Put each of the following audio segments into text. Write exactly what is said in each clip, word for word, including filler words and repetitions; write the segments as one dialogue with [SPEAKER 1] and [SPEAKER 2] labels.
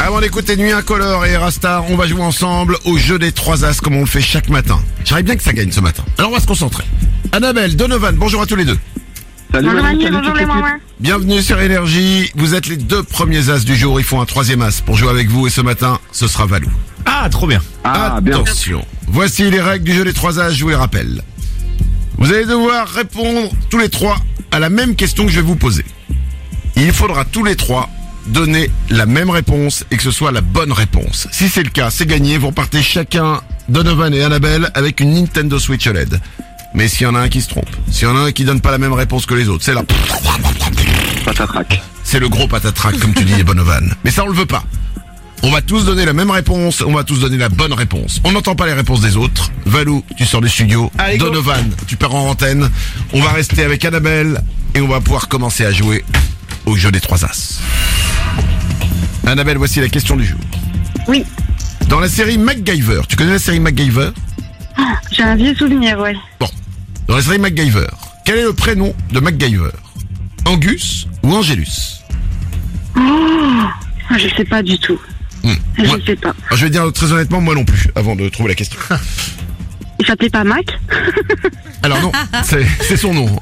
[SPEAKER 1] Avant d'écouter Nuit Incolore et Rastar, on va jouer ensemble au jeu des trois as comme on le fait chaque matin. J'aimerais bien que ça gagne ce matin. Alors on va se concentrer. Annabelle, Donovan, bonjour à tous les deux.
[SPEAKER 2] Salut,
[SPEAKER 3] Bonjour
[SPEAKER 2] Manu,
[SPEAKER 3] Manu,
[SPEAKER 2] salut
[SPEAKER 3] bonjour
[SPEAKER 2] toute
[SPEAKER 3] les
[SPEAKER 2] l'équipe.
[SPEAKER 3] mamans.
[SPEAKER 1] Bienvenue sur Énergie. Vous êtes les deux premiers as du jour. Il faut un troisième as pour jouer avec vous et ce matin, ce sera Valou.
[SPEAKER 4] Ah, trop bien.
[SPEAKER 2] Ah, bien.
[SPEAKER 1] Attention. Voici les règles du jeu des trois as, je vous les rappelle. Vous allez devoir répondre tous les trois à la même question que je vais vous poser. Il faudra tous les trois donner la même réponse et que ce soit la bonne réponse. Si c'est le cas, c'est gagné. Vous repartez chacun, Donovan et Annabelle, avec une Nintendo Switch O L E D. Mais s'il y en a un qui se trompe, s'il y en a un qui donne pas la même réponse que les autres, c'est la...
[SPEAKER 2] Patatrac.
[SPEAKER 1] C'est le gros patatrac, comme tu dis, Donovan. Mais ça, on le veut pas. On va tous donner la même réponse, on va tous donner la bonne réponse. On n'entend pas les réponses des autres. Valou, tu sors du studio.
[SPEAKER 4] Allez, go.
[SPEAKER 1] Donovan, tu pars en antenne. On va rester avec Annabelle et on va pouvoir commencer à jouer au jeu des trois as. Annabelle, voici la question du jour.
[SPEAKER 3] Oui,
[SPEAKER 1] Dans la série MacGyver, tu connais la série MacGyver?
[SPEAKER 3] j'ai un vieux souvenir, ouais.
[SPEAKER 1] Bon, dans la série MacGyver, quel est le prénom de MacGyver? Angus ou Angélus?
[SPEAKER 3] Ah, je sais pas du tout.
[SPEAKER 1] Hmm.
[SPEAKER 3] Je
[SPEAKER 1] Moi-
[SPEAKER 3] sais pas.
[SPEAKER 1] Alors, je vais dire très honnêtement, moi non plus, avant de trouver la question.
[SPEAKER 3] Il s'appelait pas Mac?
[SPEAKER 1] Alors non, c'est c'est son nom.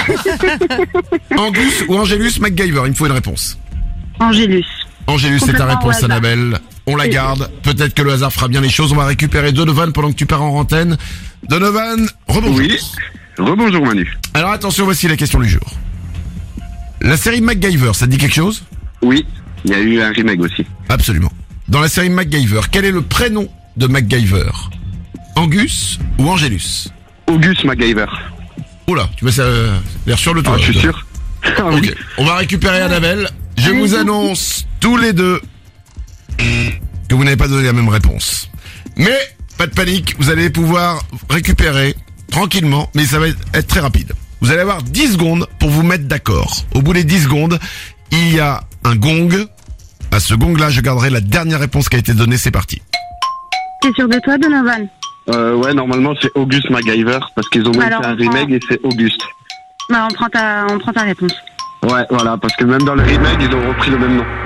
[SPEAKER 1] Angus ou Angélus MacGyver, il me faut une réponse.
[SPEAKER 3] Angélus.
[SPEAKER 1] Angélus, c'est ta
[SPEAKER 3] Complètement
[SPEAKER 1] réponse,
[SPEAKER 3] au hasard.
[SPEAKER 1] Annabelle. On la
[SPEAKER 3] Oui.
[SPEAKER 1] garde. Peut-être que le hasard fera bien les choses. On va récupérer Donovan pendant que tu pars en antenne. Donovan, rebonjour.
[SPEAKER 2] Oui. Rebonjour Manu.
[SPEAKER 1] Alors attention, voici la question du jour. La série MacGyver, ça te dit quelque chose?
[SPEAKER 2] Oui, il y a eu un remake aussi.
[SPEAKER 1] Absolument. Dans la série MacGyver, quel est le prénom de MacGyver? Angus ou Angélus?
[SPEAKER 2] Auguste MacGyver.
[SPEAKER 1] Oula, tu vas euh, l'air sûr de toi.
[SPEAKER 2] Ah, je suis
[SPEAKER 1] Donovan.
[SPEAKER 2] sûr. Ah oui.
[SPEAKER 1] Ok, on va récupérer Annabelle. Je
[SPEAKER 3] Allez-y.
[SPEAKER 1] vous annonce tous les deux que vous n'avez pas donné la même réponse. Mais, pas de panique, vous allez pouvoir récupérer tranquillement, mais ça va être très rapide. Vous allez avoir dix secondes pour vous mettre d'accord. Au bout des dix secondes, il y a un gong. À ce gong-là, je garderai la dernière réponse qui a été donnée. C'est parti.
[SPEAKER 3] T'es sûr de toi, Donovan?
[SPEAKER 2] Euh, ouais, normalement c'est Auguste MacGyver parce qu'ils ont même
[SPEAKER 3] Alors,
[SPEAKER 2] fait un
[SPEAKER 3] on prend-
[SPEAKER 2] remake et c'est Auguste.
[SPEAKER 3] Bah, on prend ta, on prend ta réponse.
[SPEAKER 2] Ouais, voilà, parce que même dans le remake ils ont repris le même nom.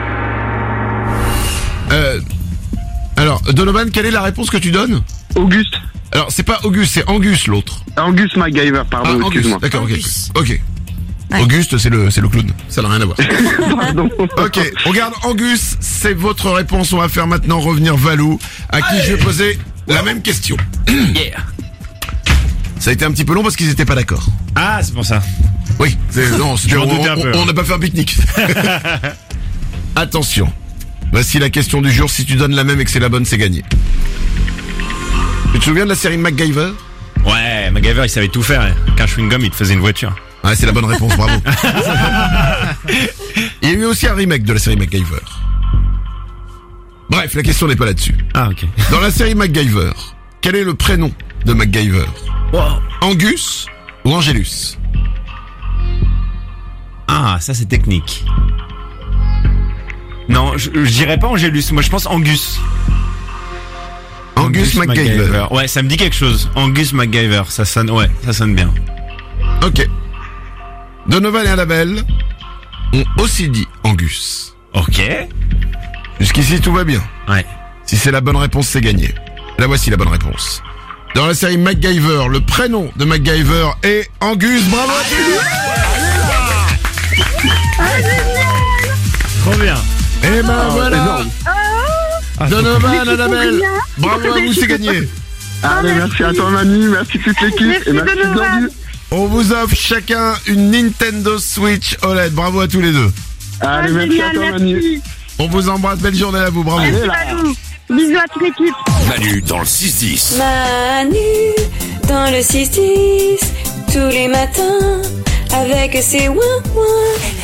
[SPEAKER 1] Euh, alors, Donovan, quelle est la réponse que tu donnes?
[SPEAKER 2] Auguste.
[SPEAKER 1] Alors, c'est pas Auguste, c'est Angus l'autre.
[SPEAKER 2] Auguste MacGyver, pardon,
[SPEAKER 1] Ah, Angus,
[SPEAKER 2] excuse-moi.
[SPEAKER 1] d'accord, ok.
[SPEAKER 5] Angus.
[SPEAKER 1] Ok.
[SPEAKER 5] Ouais.
[SPEAKER 1] Auguste, c'est le, c'est le clown. Ça n'a rien à voir.
[SPEAKER 2] Pardon.
[SPEAKER 1] Ok, on garde Angus, c'est votre réponse. On va faire maintenant revenir Valou, à qui je vais poser la même question.
[SPEAKER 4] Yeah.
[SPEAKER 1] Ça a été un petit peu long parce qu'ils étaient pas d'accord.
[SPEAKER 4] Ah, c'est pour ça.
[SPEAKER 1] Oui, c'est, non, c'est-
[SPEAKER 4] Je m'en
[SPEAKER 1] on
[SPEAKER 4] doutais un peu,
[SPEAKER 1] on- on
[SPEAKER 4] hein.
[SPEAKER 1] n'a pas fait un pique-nique. Attention, voici la question du jour. Si tu donnes la même et que c'est la bonne, c'est gagné. Tu te souviens de la série MacGyver?
[SPEAKER 4] Ouais, MacGyver, il savait tout faire. hein. Qu'un chewing-gum, il te faisait une voiture.
[SPEAKER 1] Ah, c'est la bonne réponse, bravo. Il y a eu aussi un remake de la série MacGyver. Bref, la question n'est pas là-dessus.
[SPEAKER 4] Ah, ok.
[SPEAKER 1] Dans la série MacGyver, quel est le prénom de MacGyver? Angus ou Angélus?
[SPEAKER 4] Ah, ça c'est technique. Non, je, je dirais pas Angélus. Moi, je pense Angus.
[SPEAKER 1] Angus, MacGyver.
[SPEAKER 4] Ouais, ça me dit quelque chose. Angus MacGyver, ça sonne, ouais, ça sonne bien.
[SPEAKER 1] Ok. Donovan et Annabelle ont aussi dit Angus.
[SPEAKER 4] Ok.
[SPEAKER 1] Jusqu'ici, tout va bien.
[SPEAKER 4] Ouais.
[SPEAKER 1] Si c'est la bonne réponse, c'est gagné. La voici la bonne réponse. Dans la série MacGyver, le prénom de MacGyver est Angus. Bravo à tous.
[SPEAKER 4] Trop bien.
[SPEAKER 1] Et ben voilà.
[SPEAKER 2] énorme.
[SPEAKER 1] Donovan, Annabelle.
[SPEAKER 3] bien.
[SPEAKER 1] Bravo à vous, c'est gagné.
[SPEAKER 2] Allez, merci à toi Manu, merci toute l'équipe
[SPEAKER 3] Merci,
[SPEAKER 2] et merci
[SPEAKER 3] Donovan.
[SPEAKER 2] Dordu.
[SPEAKER 1] On vous offre chacun une Nintendo Switch O L E D. Bravo à tous les deux.
[SPEAKER 2] Allez,
[SPEAKER 3] Ah,
[SPEAKER 2] merci à
[SPEAKER 3] génial,
[SPEAKER 2] toi Manu.
[SPEAKER 3] merci.
[SPEAKER 1] On vous embrasse. Belle journée à vous. Bravo.
[SPEAKER 3] Merci, Valou. Bisous à toute l'équipe.
[SPEAKER 6] Manu dans le six dix.
[SPEAKER 7] Manu dans le six dix tous les matins avec ses ouin ouin